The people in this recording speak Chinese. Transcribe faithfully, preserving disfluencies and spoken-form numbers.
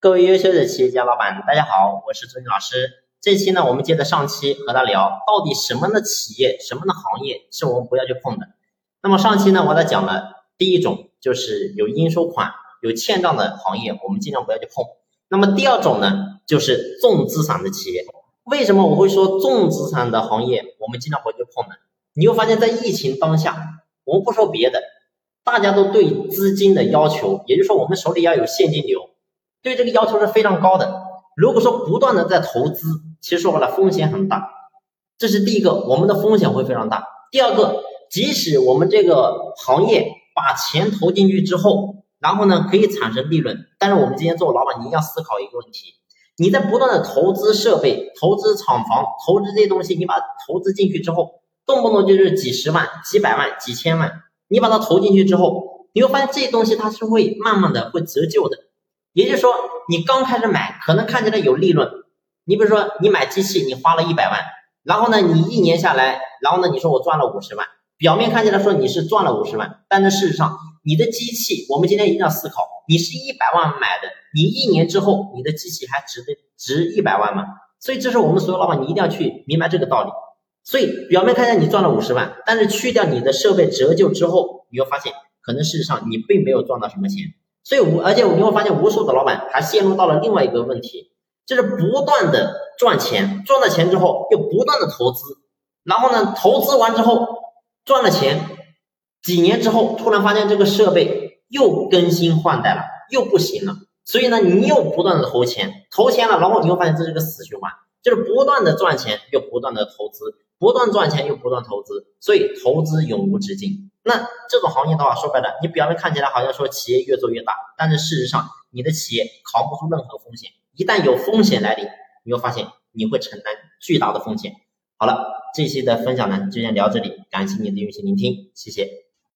各位优秀的企业家老板，大家好，我是朱军老师。这期呢，我们接着上期和他聊，到底什么样的企业、什么样的行业是我们不要去碰的。那么上期呢，我在讲了第一种，就是有应收款、有欠账的行业，我们尽量不要去碰。那么第二种呢，就是重资产的企业。为什么我会说重资产的行业我们尽量不要去碰呢？你会发现在疫情当下，我们不说别的，大家都对资金的要求，也就是说我们手里要有现金流，对这个要求是非常高的。如果说不断的在投资，其实说白了风险很大，这是第一个，我们的风险会非常大。第二个，即使我们这个行业把钱投进去之后，然后呢可以产生利润，但是我们今天做老板，你一定要思考一个问题，你在不断的投资设备、投资厂房、投资这些东西，你把投资进去之后，动不动就是几十万、几百万、几千万，你把它投进去之后，你会发现这些东西它是会慢慢的会折旧的。也就是说，你刚开始买可能看起来有利润，你比如说你买机器你花了一百万，然后呢你一年下来，然后呢你说我赚了五十万，表面看起来说你是赚了五十万，但是事实上你的机器，我们今天一定要思考，你是一百万买的，你一年之后你的机器还值得值一百万吗？所以这是我们所有老板你一定要去明白这个道理。所以表面看起来你赚了五十万，但是去掉你的设备折旧之后，你会发现可能事实上你并没有赚到什么钱。所以而且你会发现无数的老板还陷入到了另外一个问题，就是不断的赚钱，赚了钱之后又不断的投资，然后呢投资完之后赚了钱，几年之后突然发现这个设备又更新换代了，又不行了，所以呢你又不断的投钱，投钱了，然后你会发现这是个死循环，就是不断的赚钱又不断的投资，不断赚钱又不断投资，所以投资永无止境。那这种行业的话，说白了，你表面看起来好像说企业越做越大，但是事实上你的企业扛不住任何风险，一旦有风险来临，你会发现你会承担巨大的风险。好了，这期的分享呢就先聊这里，感谢你的用心聆听，谢谢。